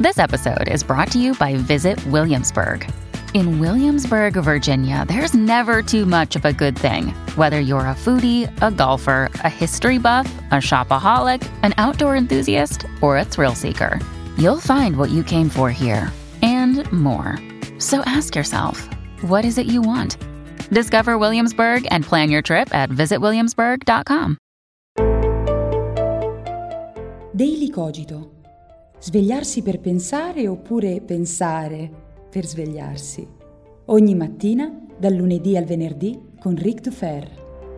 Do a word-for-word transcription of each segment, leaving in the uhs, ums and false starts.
This episode is brought to you by Visit Williamsburg. In Williamsburg, Virginia, there's never too much of a good thing. Whether you're a foodie, a golfer, a history buff, a shopaholic, an outdoor enthusiast, or a thrill seeker, you'll find what you came for here and more. So ask yourself, what is it you want? Discover Williamsburg and plan your trip at visit williamsburg dot com. Daily Cogito. Svegliarsi per pensare oppure pensare per svegliarsi. Ogni mattina, dal lunedì al venerdì, con Ric Dufer.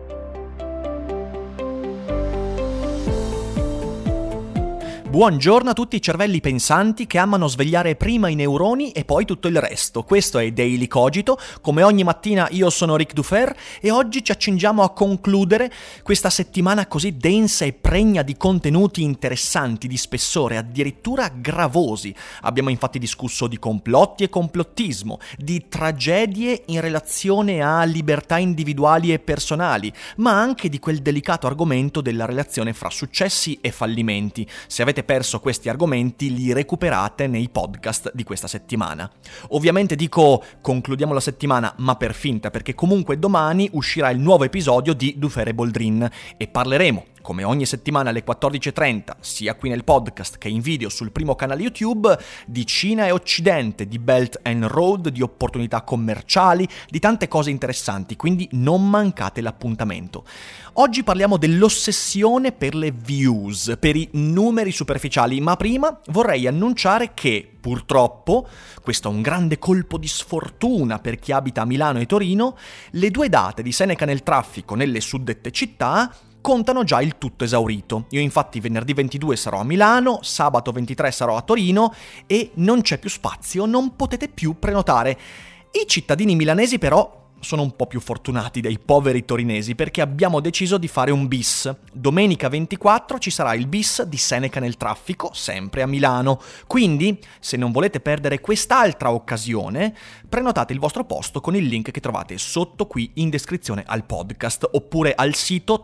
Buongiorno a tutti i cervelli pensanti che amano svegliare prima i neuroni e poi tutto il resto. Questo è Daily Cogito. Come ogni mattina io sono Ric Dufer e oggi ci accingiamo a concludere questa settimana così densa e pregna di contenuti interessanti, di spessore, addirittura gravosi. Abbiamo infatti discusso di complotti e complottismo, di tragedie in relazione a libertà individuali e personali, ma anche di quel delicato argomento della relazione fra successi e fallimenti. Se avete perso questi argomenti li recuperate nei podcast di questa settimana. Ovviamente dico concludiamo la settimana, ma per finta, perché comunque domani uscirà il nuovo episodio di Dufer e Boldrin e parleremo, come ogni settimana alle quattordici e trenta, sia qui nel podcast che in video sul primo canale YouTube, di Cina e Occidente, di Belt and Road, di opportunità commerciali, di tante cose interessanti, quindi non mancate l'appuntamento. Oggi parliamo dell'ossessione per le views, per i numeri superficiali, ma prima vorrei annunciare che, purtroppo, questo è un grande colpo di sfortuna per chi abita a Milano e Torino, le due date di Seneca nel traffico nelle suddette città contano già il tutto esaurito. Io infatti venerdì ventidue sarò a Milano, sabato ventitré sarò a Torino e non c'è più spazio, non potete più prenotare. I cittadini milanesi però sono un po' più fortunati dei poveri torinesi perché abbiamo deciso di fare un bis. Domenica ventiquattro ci sarà il bis di Seneca nel traffico, sempre a Milano. Quindi, se non volete perdere quest'altra occasione, prenotate il vostro posto con il link che trovate sotto qui in descrizione al podcast oppure al sito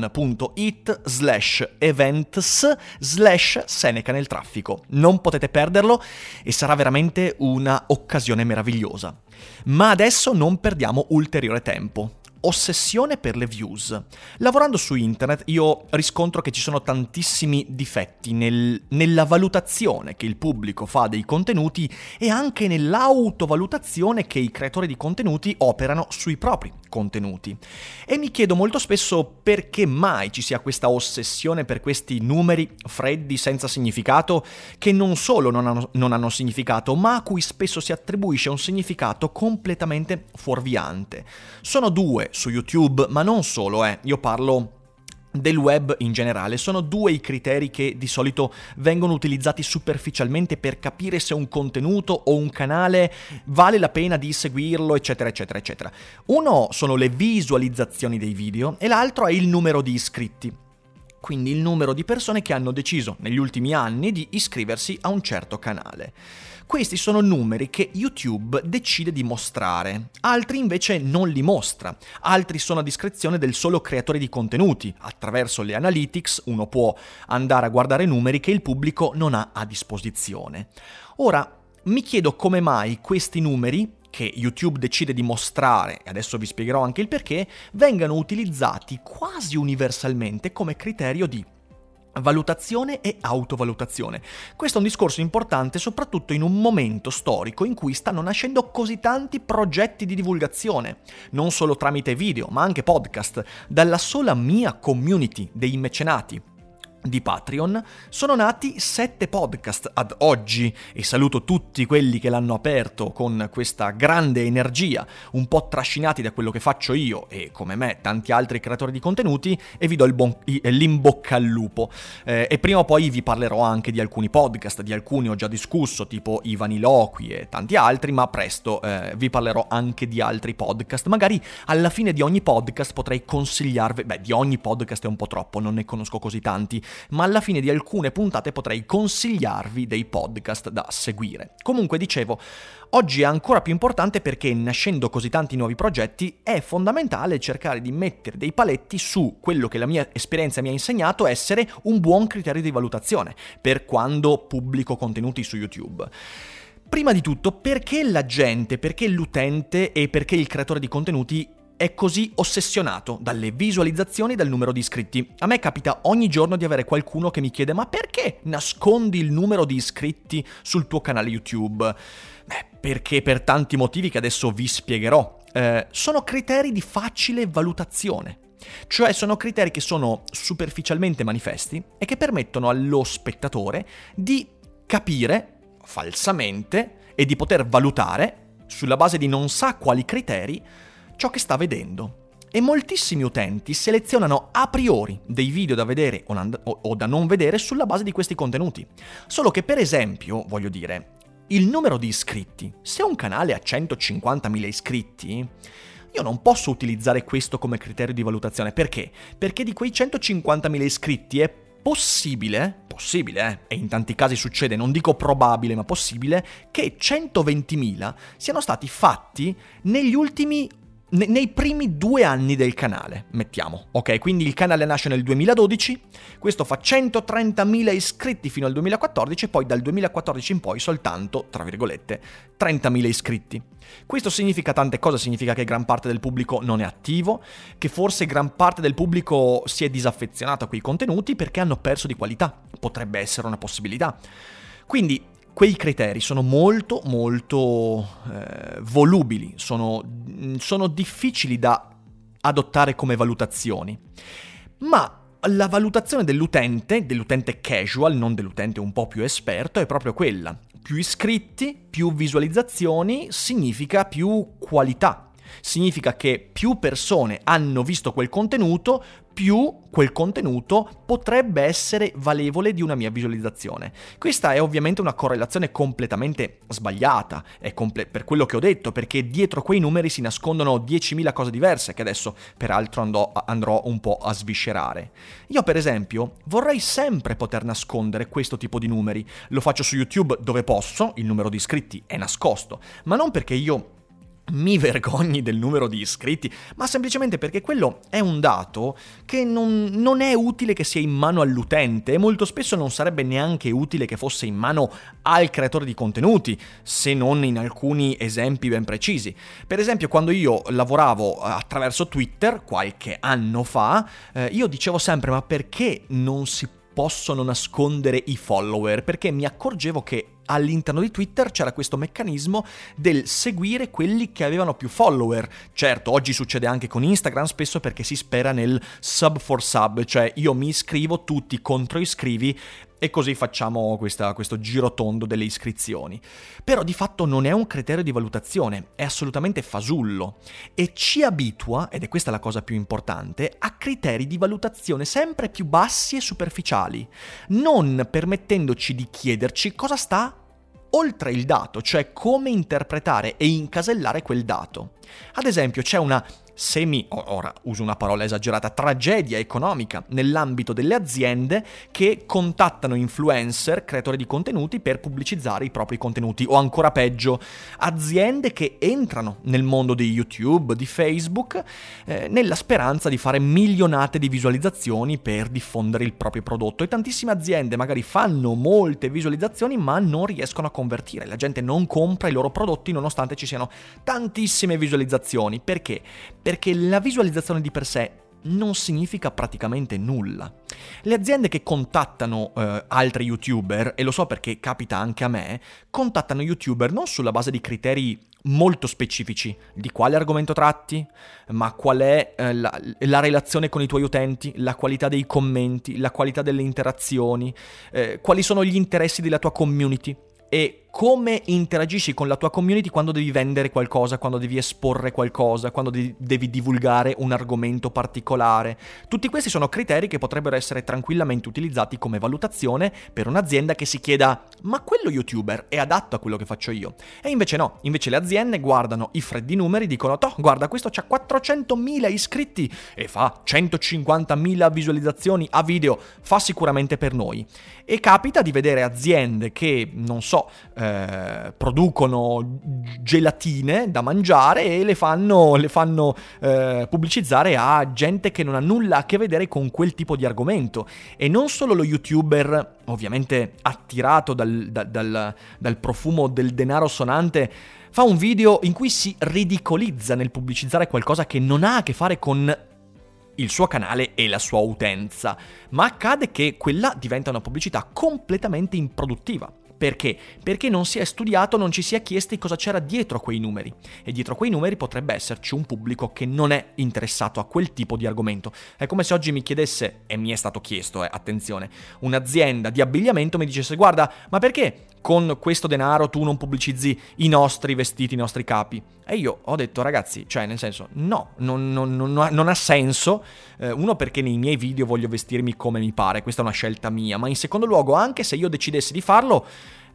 tlon.it slash events slash Seneca nel traffico. Non potete perderlo e sarà veramente una occasione meravigliosa. Ma adesso non perdiamo ulteriore tempo. Ossessione per le views. Lavorando su internet io riscontro che ci sono tantissimi difetti nel, nella valutazione che il pubblico fa dei contenuti e anche nell'autovalutazione che i creatori di contenuti operano sui propri contenuti. E mi chiedo molto spesso perché mai ci sia questa ossessione per questi numeri freddi senza significato che non solo non hanno, non hanno significato, ma a cui spesso si attribuisce un significato completamente fuorviante. Sono due su YouTube, ma non solo, eh. Io parlo del web in generale. Sono due i criteri che di solito vengono utilizzati superficialmente per capire se un contenuto o un canale vale la pena di seguirlo, eccetera, eccetera, eccetera. Uno sono le visualizzazioni dei video e l'altro è il numero di iscritti. Quindi il numero di persone che hanno deciso negli ultimi anni di iscriversi a un certo canale. Questi sono numeri che YouTube decide di mostrare, altri invece non li mostra, altri sono a discrezione del solo creatore di contenuti. Attraverso le analytics uno può andare a guardare numeri che il pubblico non ha a disposizione. Ora, mi chiedo come mai questi numeri che YouTube decide di mostrare, e adesso vi spiegherò anche il perché, vengano utilizzati quasi universalmente come criterio di valutazione e autovalutazione. Questo è un discorso importante soprattutto in un momento storico in cui stanno nascendo così tanti progetti di divulgazione, non solo tramite video, ma anche podcast. Dalla sola mia community dei mecenati di Patreon sono nati sette podcast ad oggi e saluto tutti quelli che l'hanno aperto con questa grande energia, un po' trascinati da quello che faccio io e come me tanti altri creatori di contenuti, e vi do il bon- l'imbocca al lupo. Eh, e prima o poi vi parlerò anche di alcuni podcast, di alcuni ho già discusso, tipo i Vaniloqui e tanti altri, ma presto eh, vi parlerò anche di altri podcast. Magari alla fine di ogni podcast potrei consigliarvi, beh di ogni podcast è un po' troppo, non ne conosco così tanti, ma alla fine di alcune puntate potrei consigliarvi dei podcast da seguire. Comunque dicevo, oggi è ancora più importante perché nascendo così tanti nuovi progetti è fondamentale cercare di mettere dei paletti su quello che la mia esperienza mi ha insegnato essere un buon criterio di valutazione per quando pubblico contenuti su YouTube. Prima di tutto, perché la gente, perché l'utente e perché il creatore di contenuti è così ossessionato dalle visualizzazioni e dal numero di iscritti? A me capita ogni giorno di avere qualcuno che mi chiede: ma perché nascondi il numero di iscritti sul tuo canale YouTube? Beh, perché per tanti motivi che adesso vi spiegherò. Eh, sono criteri di facile valutazione. Cioè sono criteri che sono superficialmente manifesti e che permettono allo spettatore di capire falsamente e di poter valutare, sulla base di non sa quali criteri, ciò che sta vedendo. E moltissimi utenti selezionano a priori dei video da vedere o, and- o da non vedere sulla base di questi contenuti. Solo che, per esempio, voglio dire, il numero di iscritti. Se un canale ha centocinquantamila iscritti, io non posso utilizzare questo come criterio di valutazione. Perché? Perché di quei centocinquantamila iscritti è possibile, possibile, eh, e in tanti casi succede, non dico probabile, ma possibile, che centoventimila siano stati fatti negli ultimi, ne, nei primi due anni del canale, mettiamo, ok? Quindi il canale nasce nel duemiladodici, questo fa centotrentamila iscritti fino al duemilaquattordici e poi dal duemilaquattordici in poi soltanto, tra virgolette, trentamila iscritti. Questo significa tante cose, significa che gran parte del pubblico non è attivo, che forse gran parte del pubblico si è disaffezionato a quei contenuti perché hanno perso di qualità, potrebbe essere una possibilità. Quindi quei criteri sono molto molto eh, volubili, sono, sono difficili da adottare come valutazioni, ma la valutazione dell'utente, dell'utente casual, non dell'utente un po' più esperto, è proprio quella. Più iscritti, più visualizzazioni, significa più qualità. Significa che più persone hanno visto quel contenuto, più quel contenuto potrebbe essere valevole di una mia visualizzazione. Questa è ovviamente una correlazione completamente sbagliata, è comple- per quello che ho detto, perché dietro quei numeri si nascondono diecimila cose diverse che adesso peraltro andrò, andrò un po' a sviscerare. Io per esempio vorrei sempre poter nascondere questo tipo di numeri, lo faccio su YouTube dove posso, il numero di iscritti è nascosto, ma non perché io mi vergogni del numero di iscritti, ma semplicemente perché quello è un dato che non, non è utile che sia in mano all'utente e molto spesso non sarebbe neanche utile che fosse in mano al creatore di contenuti, se non in alcuni esempi ben precisi. Per esempio, quando io lavoravo attraverso Twitter qualche anno fa, eh, io dicevo sempre: ma perché non si possono nascondere i follower? Perché mi accorgevo che all'interno di Twitter c'era questo meccanismo del seguire quelli che avevano più follower. Certo, oggi succede anche con Instagram spesso perché si spera nel sub for sub, cioè io mi iscrivo, tu ti controiscrivi e così facciamo questa, questo giro tondo delle iscrizioni. Però di fatto non è un criterio di valutazione, è assolutamente fasullo e ci abitua, ed è questa la cosa più importante, a criteri di valutazione sempre più bassi e superficiali, non permettendoci di chiederci cosa sta oltre il dato, cioè come interpretare e incasellare quel dato. Ad esempio c'è una semi, ora uso una parola esagerata, tragedia economica nell'ambito delle aziende che contattano influencer, creatori di contenuti, per pubblicizzare i propri contenuti, o ancora peggio, aziende che entrano nel mondo di YouTube, di Facebook, eh, nella speranza di fare milionate di visualizzazioni per diffondere il proprio prodotto, e tantissime aziende magari fanno molte visualizzazioni ma non riescono a convertire, la gente non compra i loro prodotti nonostante ci siano tantissime visualizzazioni. Perché? Perché la visualizzazione di per sé non significa praticamente nulla. Le aziende che contattano eh, altri YouTuber, e lo so perché capita anche a me, contattano YouTuber non sulla base di criteri molto specifici, di quale argomento tratti, ma qual è eh, la, la relazione con i tuoi utenti, la qualità dei commenti, la qualità delle interazioni, eh, quali sono gli interessi della tua community e come interagisci con la tua community quando devi vendere qualcosa, quando devi esporre qualcosa, quando devi, devi divulgare un argomento particolare. Tutti questi sono criteri che potrebbero essere tranquillamente utilizzati come valutazione per un'azienda che si chieda ma quello YouTuber è adatto a quello che faccio io. E invece no, invece le aziende guardano i freddi numeri, dicono, toh, guarda, questo c'ha quattrocentomila iscritti e fa centocinquantamila visualizzazioni a video, fa sicuramente per noi. E capita di vedere aziende che, non so, eh, producono gelatine da mangiare e le fanno, le fanno eh, pubblicizzare a gente che non ha nulla a che vedere con quel tipo di argomento. E non solo lo YouTuber, ovviamente attirato dal, dal, dal, dal profumo del denaro sonante, fa un video in cui si ridicolizza nel pubblicizzare qualcosa che non ha a che fare con il suo canale e la sua utenza, ma accade che quella diventa una pubblicità completamente improduttiva. Perché? Perché non si è studiato, non ci si è chiesti cosa c'era dietro quei numeri. E dietro quei numeri potrebbe esserci un pubblico che non è interessato a quel tipo di argomento. È come se oggi mi chiedesse, e mi è stato chiesto, eh, attenzione, un'azienda di abbigliamento mi dicesse, guarda, ma perché con questo denaro tu non pubblicizzi i nostri vestiti, i nostri capi? E io ho detto, ragazzi, cioè nel senso, no, non, non, non, ha, non ha senso. Eh, uno, perché nei miei video voglio vestirmi come mi pare, questa è una scelta mia, ma in secondo luogo, anche se io decidessi di farlo,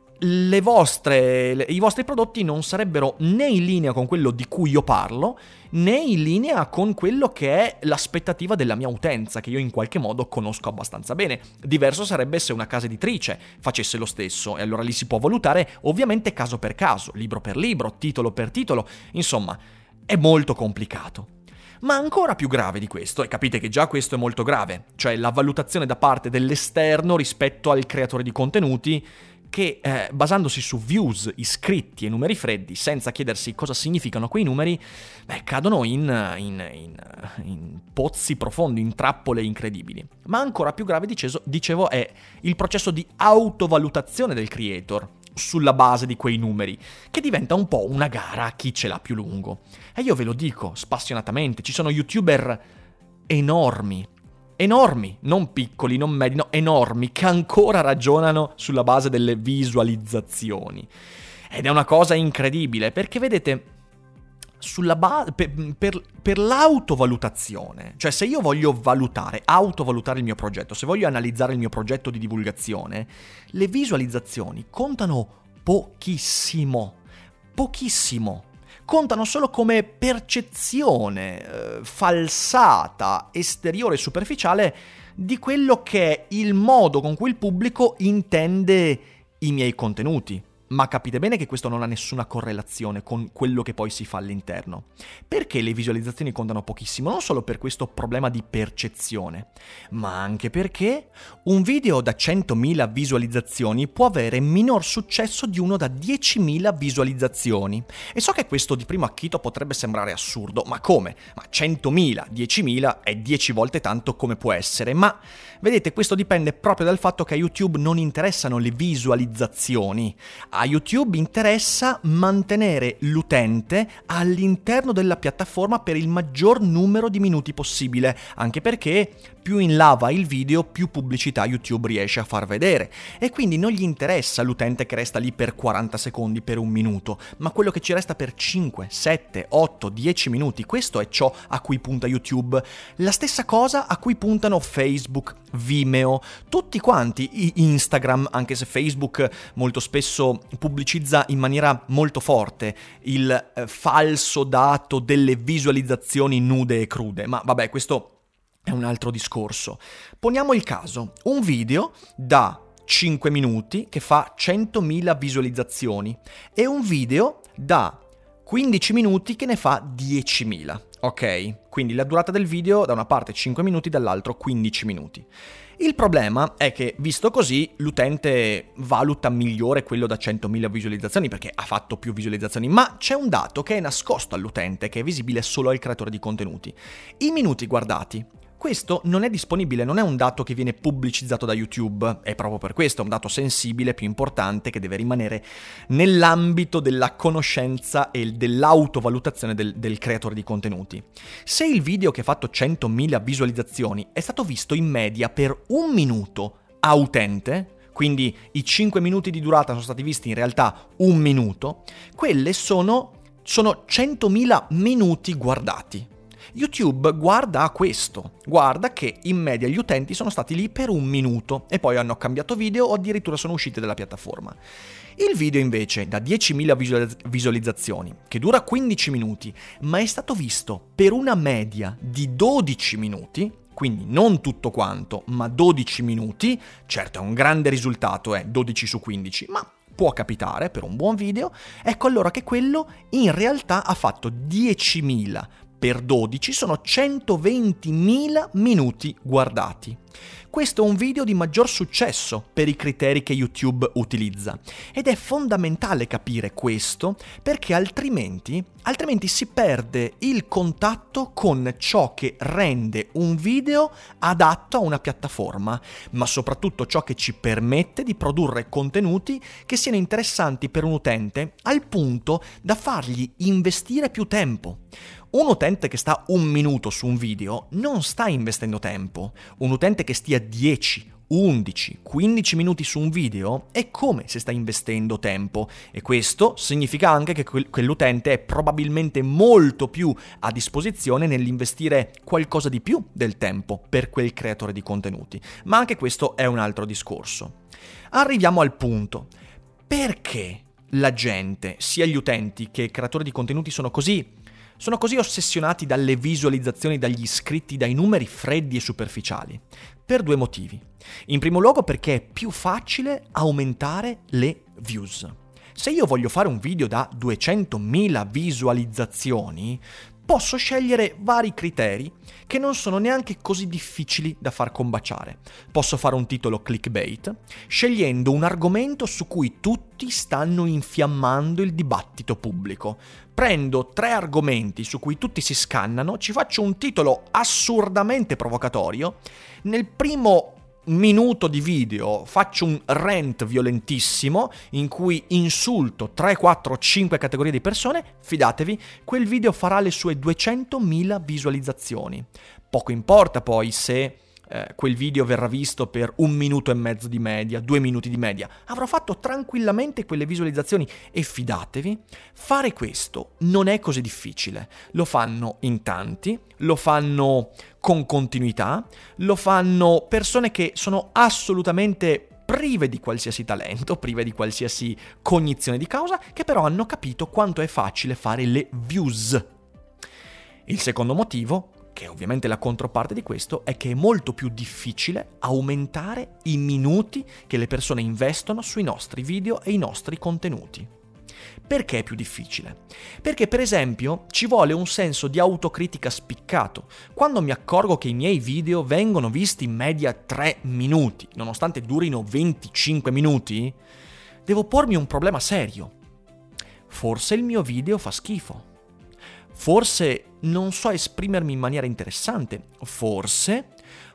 le vostre, le, i vostri prodotti non sarebbero né in linea con quello di cui io parlo, né in linea con quello che è l'aspettativa della mia utenza, che io in qualche modo conosco abbastanza bene. Diverso sarebbe se una casa editrice facesse lo stesso, e allora lì si può valutare ovviamente caso per caso, libro per libro, titolo per titolo, insomma, è molto complicato. Ma ancora più grave di questo, e capite che già questo è molto grave, cioè la valutazione da parte dell'esterno rispetto al creatore di contenuti, che eh, basandosi su views, iscritti e numeri freddi, senza chiedersi cosa significano quei numeri, beh, cadono in, in, in, in pozzi profondi, in trappole incredibili. Ma ancora più grave, dicevo, dicevo, è il processo di autovalutazione del creator sulla base di quei numeri, che diventa un po' una gara a chi ce l'ha più lungo. E io ve lo dico spassionatamente, ci sono YouTuber enormi, enormi, non piccoli, non medi, no, enormi, che ancora ragionano sulla base delle visualizzazioni. Ed è una cosa incredibile, perché vedete, sulla base per, per, per l'autovalutazione, cioè se io voglio valutare, autovalutare il mio progetto, se voglio analizzare il mio progetto di divulgazione, le visualizzazioni contano pochissimo, pochissimo. Contano solo come percezione eh, falsata, esteriore e superficiale di quello che è il modo con cui il pubblico intende i miei contenuti. Ma capite bene che questo non ha nessuna correlazione con quello che poi si fa all'interno. Perché le visualizzazioni contano pochissimo? Non solo per questo problema di percezione, ma anche perché un video da centomila visualizzazioni può avere minor successo di uno da diecimila visualizzazioni. E so che questo di primo acchito potrebbe sembrare assurdo, ma come? Ma centomila, diecimila è dieci volte tanto come può essere, ma vedete, questo dipende proprio dal fatto che a YouTube non interessano le visualizzazioni. A YouTube interessa mantenere l'utente all'interno della piattaforma per il maggior numero di minuti possibile, anche perché più in là va il video, più pubblicità YouTube riesce a far vedere. E quindi non gli interessa l'utente che resta lì per quaranta secondi, per un minuto, ma quello che ci resta per cinque, sette, otto, dieci minuti. Questo è ciò a cui punta YouTube. La stessa cosa a cui puntano Facebook, Vimeo, tutti quanti, Instagram, anche se Facebook molto spesso pubblicizza in maniera molto forte il eh, falso dato delle visualizzazioni nude e crude. Ma vabbè, questo è un altro discorso. Poniamo il caso, un video da cinque minuti che fa centomila visualizzazioni e un video da quindici minuti che ne fa diecimila. Ok? Quindi la durata del video da una parte cinque minuti, dall'altro quindici minuti. Il problema è che, visto così, l'utente valuta migliore quello da centomila visualizzazioni perché ha fatto più visualizzazioni, ma c'è un dato che è nascosto all'utente, che è visibile solo al creatore di contenuti. I minuti guardati. Questo non è disponibile, non è un dato che viene pubblicizzato da YouTube, è proprio per questo, è un dato sensibile, più importante, che deve rimanere nell'ambito della conoscenza e dell'autovalutazione del, del creatore di contenuti. Se il video che ha fatto centomila visualizzazioni è stato visto in media per un minuto a utente, quindi i cinque minuti di durata sono stati visti in realtà un minuto, quelle sono, sono centomila minuti guardati. YouTube guarda a questo, guarda che in media gli utenti sono stati lì per un minuto e poi hanno cambiato video o addirittura sono usciti dalla piattaforma. Il video invece da diecimila visualizzazioni, che dura quindici minuti, ma è stato visto per una media di dodici minuti, quindi non tutto quanto, ma dodici minuti, certo è un grande risultato, è eh, dodici su quindici, ma può capitare per un buon video, ecco allora che quello in realtà ha fatto diecimila per dodici, sono centoventimila minuti guardati. Questo è un video di maggior successo per i criteri che YouTube utilizza ed è fondamentale capire questo perché altrimenti, altrimenti si perde il contatto con ciò che rende un video adatto a una piattaforma, ma soprattutto ciò che ci permette di produrre contenuti che siano interessanti per un utente al punto da fargli investire più tempo. Un utente che sta un minuto su un video non sta investendo tempo. Un utente che stia dieci, undici, quindici minuti su un video è come se sta investendo tempo e questo significa anche che quell'utente è probabilmente molto più a disposizione nell'investire qualcosa di più del tempo per quel creatore di contenuti. Ma anche questo è un altro discorso. Arriviamo al punto. Perché la gente, sia gli utenti che i creatori di contenuti sono così Sono così ossessionati dalle visualizzazioni, dagli iscritti, dai numeri freddi e superficiali? Per due motivi. In primo luogo perché è più facile aumentare le views. Se io voglio fare un video da duecentomila visualizzazioni, posso scegliere vari criteri che non sono neanche così difficili da far combaciare. Posso fare un titolo clickbait, scegliendo un argomento su cui tutti stanno infiammando il dibattito pubblico. Prendo tre argomenti su cui tutti si scannano, ci faccio un titolo assurdamente provocatorio, nel primo minuto di video faccio un rant violentissimo in cui insulto tre, quattro, cinque categorie di persone, fidatevi, quel video farà le sue duecentomila visualizzazioni. Poco importa poi se eh, quel video verrà visto per un minuto e mezzo di media, due minuti di media, avrò fatto tranquillamente quelle visualizzazioni e fidatevi, fare questo non è così difficile. Lo fanno in tanti, lo fanno con continuità, lo fanno persone che sono assolutamente prive di qualsiasi talento, prive di qualsiasi cognizione di causa, che però hanno capito quanto è facile fare le views. Il secondo motivo, che è ovviamente la controparte di questo, è che è molto più difficile aumentare i minuti che le persone investono sui nostri video e i nostri contenuti. Perché è più difficile? Perché per esempio ci vuole un senso di autocritica spiccato. Quando mi accorgo che i miei video vengono visti in media tre minuti, nonostante durino venticinque minuti, devo pormi un problema serio. Forse il mio video fa schifo. Forse non so esprimermi in maniera interessante. Forse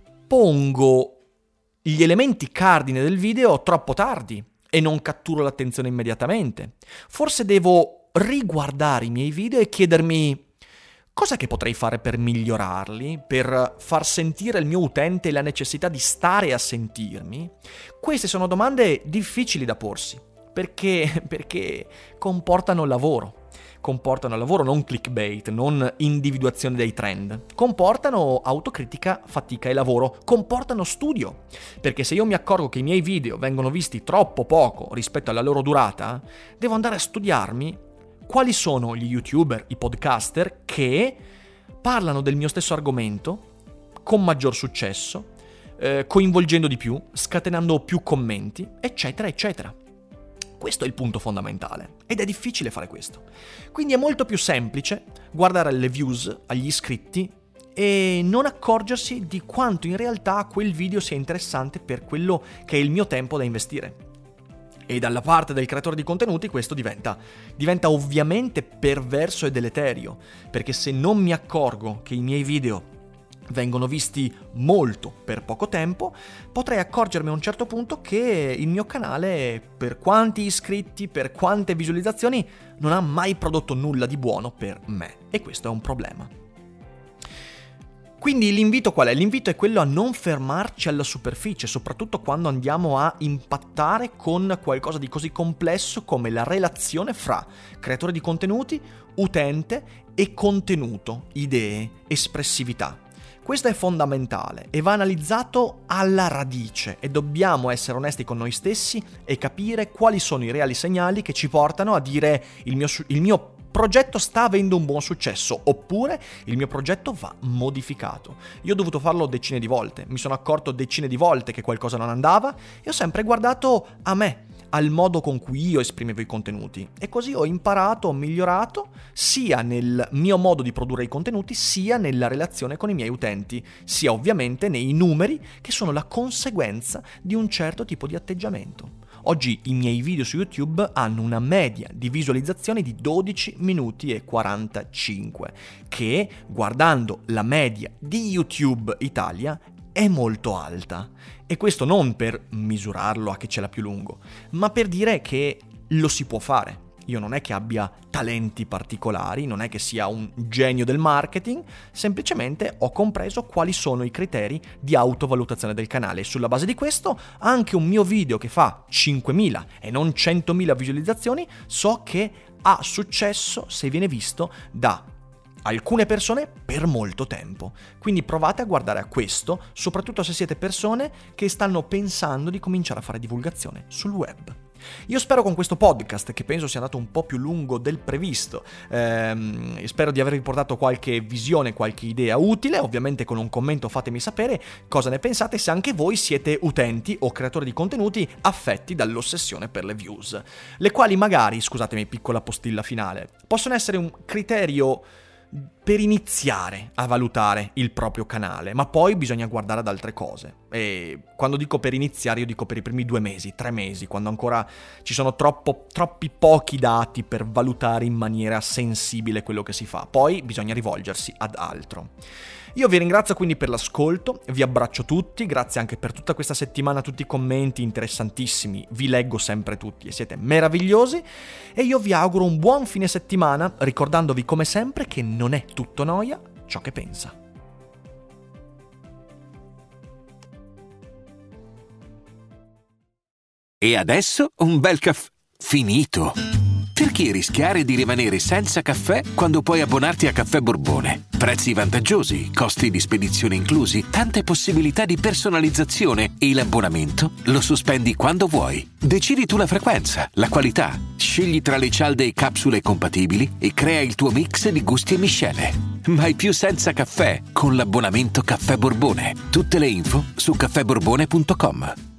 pongo gli elementi cardine del video troppo tardi e non catturo l'attenzione immediatamente. Forse devo riguardare i miei video e chiedermi cosa che potrei fare per migliorarli, per far sentire il mio utente la necessità di stare a sentirmi. Queste sono domande difficili da porsi, perché, perché comportano lavoro. Comportano lavoro, non clickbait, non individuazione dei trend. Comportano autocritica, fatica e lavoro. Comportano studio. Perché se io mi accorgo che i miei video vengono visti troppo poco rispetto alla loro durata, devo andare a studiarmi quali sono gli YouTuber, i podcaster che parlano del mio stesso argomento con maggior successo, eh, coinvolgendo di più, scatenando più commenti, eccetera, eccetera. Questo è il punto fondamentale ed è difficile fare questo. Quindi è molto più semplice guardare alle views, agli iscritti e non accorgersi di quanto in realtà quel video sia interessante per quello che è il mio tempo da investire. E dalla parte del creatore di contenuti questo diventa, diventa ovviamente perverso e deleterio, perché se non mi accorgo che i miei video vengono visti molto per poco tempo, potrei accorgermi a un certo punto che il mio canale, per quanti iscritti, per quante visualizzazioni, non ha mai prodotto nulla di buono per me. E questo è un problema. Quindi l'invito qual è? L'invito è quello a non fermarci alla superficie, soprattutto quando andiamo a impattare con qualcosa di così complesso come la relazione fra creatore di contenuti, utente e contenuto, idee, espressività. Questo è fondamentale e va analizzato alla radice e dobbiamo essere onesti con noi stessi e capire quali sono i reali segnali che ci portano a dire il mio, il mio progetto sta avendo un buon successo, oppure il mio progetto va modificato. Io ho dovuto farlo decine di volte, mi sono accorto decine di volte che qualcosa non andava e ho sempre guardato a me, al modo con cui io esprimevo i contenuti, e così ho imparato, ho migliorato sia nel mio modo di produrre i contenuti, sia nella relazione con i miei utenti, sia ovviamente nei numeri che sono la conseguenza di un certo tipo di atteggiamento. Oggi i miei video su YouTube hanno una media di visualizzazione di dodici minuti e quarantacinque, che, guardando la media di YouTube Italia, è molto alta. E questo non per misurarlo a chi ce l'ha più lungo, ma per dire che lo si può fare. Io non è che abbia talenti particolari, non è che sia un genio del marketing, semplicemente ho compreso quali sono i criteri di autovalutazione del canale e sulla base di questo anche un mio video che fa cinquemila e non centomila visualizzazioni so che ha successo se viene visto da alcune persone per molto tempo. Quindi provate a guardare a questo, soprattutto se siete persone che stanno pensando di cominciare a fare divulgazione sul web. Io spero con questo podcast, che penso sia andato un po' più lungo del previsto, ehm, spero di avervi portato qualche visione, qualche idea utile. Ovviamente con un commento fatemi sapere cosa ne pensate, se anche voi siete utenti o creatori di contenuti affetti dall'ossessione per le views, le quali magari, scusatemi, piccola postilla finale, possono essere un criterio per iniziare a valutare il proprio canale, ma poi bisogna guardare ad altre cose. E quando dico per iniziare, io dico per i primi due mesi, tre mesi, quando ancora ci sono troppo, troppi pochi dati per valutare in maniera sensibile quello che si fa. Poi bisogna rivolgersi ad altro. Io vi ringrazio quindi per l'ascolto, vi abbraccio tutti, grazie anche per tutta questa settimana, tutti i commenti interessantissimi, vi leggo sempre tutti e siete meravigliosi, e io vi auguro un buon fine settimana, ricordandovi come sempre che non è tutto noia ciò che pensa. E adesso un bel caffè finito. Perché rischiare di rimanere senza caffè quando puoi abbonarti a Caffè Borbone? Prezzi vantaggiosi, costi di spedizione inclusi, tante possibilità di personalizzazione e l'abbonamento lo sospendi quando vuoi. Decidi tu la frequenza, la qualità, scegli tra le cialde e capsule compatibili e crea il tuo mix di gusti e miscele. Mai più senza caffè con l'abbonamento Caffè Borbone. Tutte le info su caffè borbone punto com.